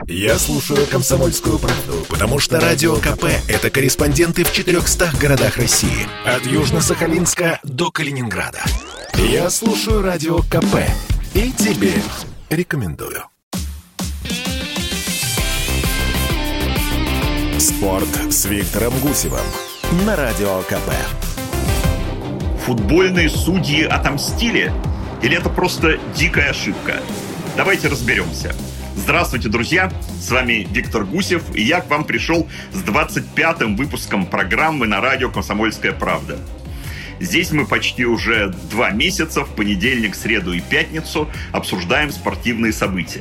Я слушаю «Комсомольскую правду», потому что Радио КП – это корреспонденты в 400 городах России. От Южно-Сахалинска до Калининграда. Я слушаю Радио КП и тебе рекомендую. Спорт с Виктором Гусевым на Радио КП. Футбольные судьи отомстили? Или это просто дикая ошибка? Давайте разберемся. Здравствуйте, друзья! С вами Виктор Гусев, и я к вам пришел с 25-м выпуском программы на радио «Комсомольская правда». Здесь мы почти уже 2 месяца, в понедельник, среду и пятницу, обсуждаем спортивные события.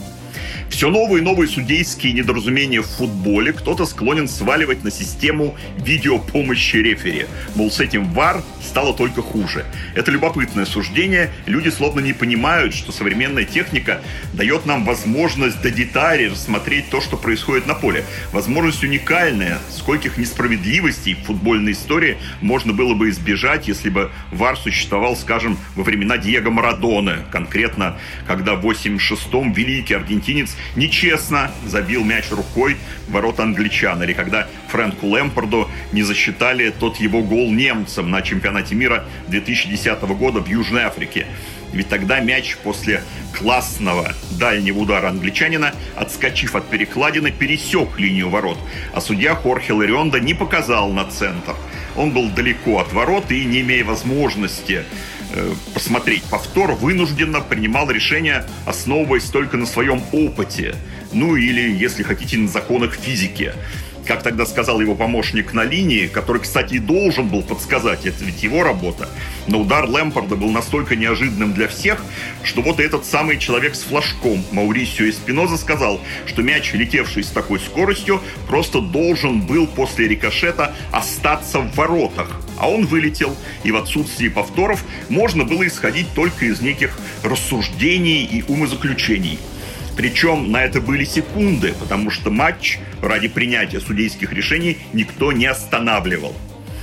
Все новые и новые судейские недоразумения в футболе кто-то склонен сваливать на систему видеопомощи рефери. Мол, с этим ВАР стало только хуже. Это любопытное суждение. Люди словно не понимают, что современная техника дает нам возможность до деталей рассмотреть то, что происходит на поле. Возможность уникальная. Скольких несправедливостей в футбольной истории можно было бы избежать, если бы ВАР существовал, скажем, во времена Диего Марадоны. Конкретно, когда в 86-м великий аргентинец нечестно забил мяч рукой в ворота англичан, или когда Фрэнку Лэмпарду не засчитали тот его гол немцам на чемпионате мира 2010 года в Южной Африке. Ведь тогда мяч после классного дальнего удара англичанина, отскочив от перекладины, пересек линию ворот, а судья Хорхе Ларионда не показал на центр. Он был далеко от ворот и, не имея возможности посмотреть повтор, вынужденно принимал решение, основываясь только на своем опыте. Ну или, если хотите, на законах физики. Как тогда сказал его помощник на линии, который, кстати, и должен был подсказать, это ведь его работа, но удар Лэмпарда был настолько неожиданным для всех, что вот этот самый человек с флажком, Маурисио Эспиноза, сказал, что мяч, летевший с такой скоростью, просто должен был после рикошета остаться в воротах. А он вылетел, и в отсутствии повторов можно было исходить только из неких рассуждений и умозаключений. Причем на это были секунды, потому что матч ради принятия судейских решений никто не останавливал.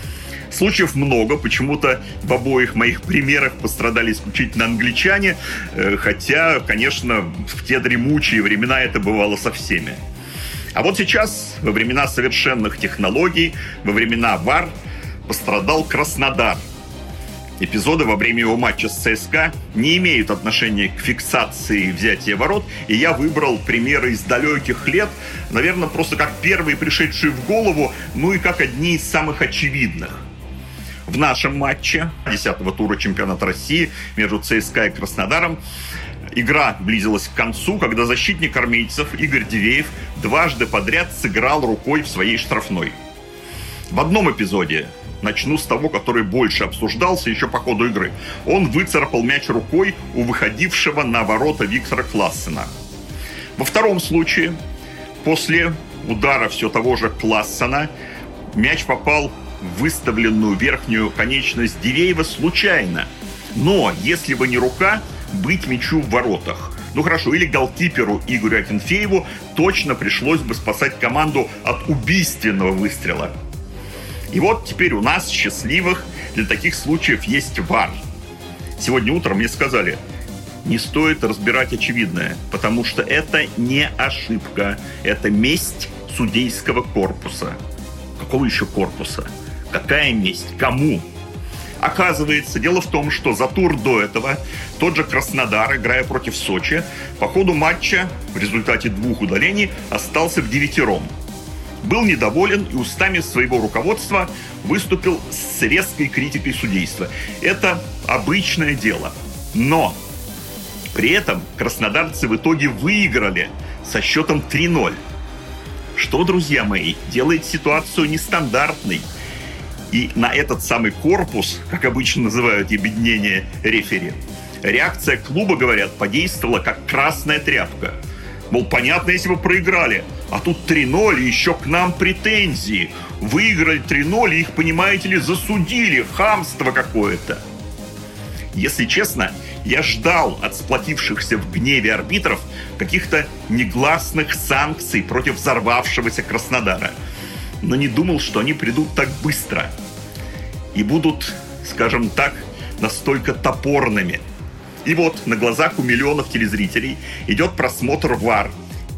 Случаев много, почему-то в обоих моих примерах пострадали исключительно англичане, хотя, конечно, в те дремучие времена это бывало со всеми. А вот сейчас, во времена совершенных технологий, во времена ВАР, пострадал Краснодар. Эпизоды во время его матча с ЦСКА не имеют отношения к фиксации и взятию ворот, и я выбрал примеры из далеких лет, наверное, просто как первые пришедшие в голову, ну и как одни из самых очевидных. В нашем матче 10-го тура чемпионата России между ЦСКА и Краснодаром игра близилась к концу, когда защитник армейцев Игорь Дивеев дважды подряд сыграл рукой в своей штрафной. В одном эпизоде, начну с того, который больше обсуждался еще по ходу игры, он выцарапал мяч рукой у выходившего на ворота Виктора Классена. Во втором случае, после удара все того же Классена, мяч попал в выставленную верхнюю конечность Дивеева случайно. Но, если бы не рука, быть мячу в воротах. Ну хорошо, или голкиперу Игорю Акинфееву точно пришлось бы спасать команду от убийственного выстрела. И вот теперь у нас, счастливых, для таких случаев есть ВАР. Сегодня утром мне сказали, не стоит разбирать очевидное, потому что это не ошибка, это месть судейского корпуса. Какого еще корпуса? Какая месть? Кому? Оказывается, дело в том, что за тур до этого тот же Краснодар, играя против Сочи, по ходу матча в результате 2 удалений остался вдевятером. Был недоволен и устами своего руководства выступил с резкой критикой судейства. Это обычное дело. Но при этом краснодарцы в итоге выиграли со счетом 3-0. Что, друзья мои, делает ситуацию нестандартной. И на этот самый корпус, как обычно называют объединение рефери, реакция клуба, говорят, подействовала как красная тряпка. Мол, понятно, если бы проиграли, а тут 3-0 и еще к нам претензии. Выиграли 3-0 и их, понимаете ли, засудили. Хамство какое-то. Если честно, я ждал от сплотившихся в гневе арбитров каких-то негласных санкций против взорвавшегося Краснодара. Но не думал, что они придут так быстро. И будут, скажем так, настолько топорными. И вот на глазах у миллионов телезрителей идет просмотр ВАР.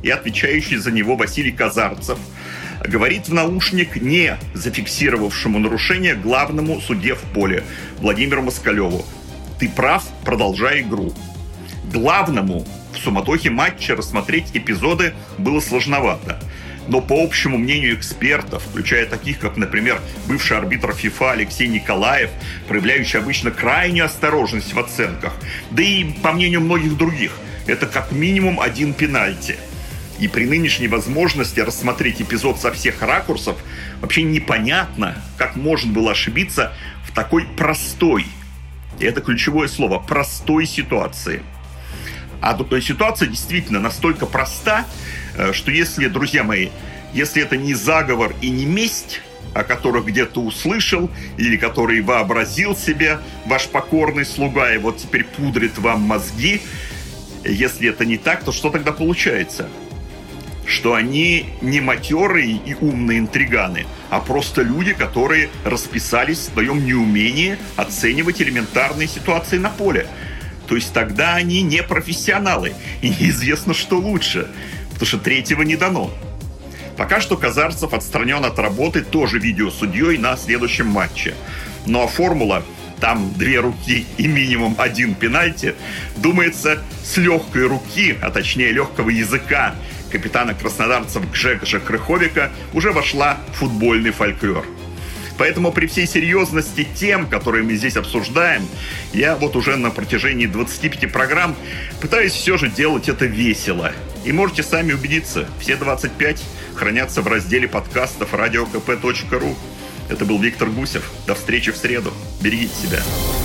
и отвечающий за него Василий Казарцев говорит в наушник не зафиксировавшему нарушение главному судье в поле Владимиру Москалеву: «Ты прав, продолжай игру». Главному в суматохе матча рассмотреть эпизоды было сложновато. Но по общему мнению экспертов, включая таких, как, например, бывший арбитр ФИФА Алексей Николаев, проявляющий обычно крайнюю осторожность в оценках, да и по мнению многих других, это как минимум один пенальти. И при нынешней возможности рассмотреть эпизод со всех ракурсов вообще непонятно, как можно было ошибиться в такой простой, и это ключевое слово, простой ситуации. А ситуация действительно настолько проста, что если, друзья мои, если это не заговор и не месть, о которых где-то услышал или который вообразил себе ваш покорный слуга и вот теперь пудрит вам мозги, если это не так, то что тогда получается? Что они не матерые и умные интриганы, а просто люди, которые расписались в своем неумении оценивать элементарные ситуации на поле. То есть тогда они не профессионалы, и неизвестно, что лучше, потому что третьего не дано. Пока что Казарцев отстранен от работы тоже видеосудьей на следующем матче. Ну а формула, там 2 руки и минимум 1 пенальти, думается, с легкой руки, а точнее легкого языка капитана краснодарцев Гжегоша Крыховика уже вошла в футбольный фольклор. Поэтому при всей серьезности тем, которые мы здесь обсуждаем, я вот уже на протяжении 25 программ пытаюсь все же делать это весело. И можете сами убедиться, все 25 хранятся в разделе подкастов radiokp.ru. Это был Виктор Гусев. До встречи в среду. Берегите себя.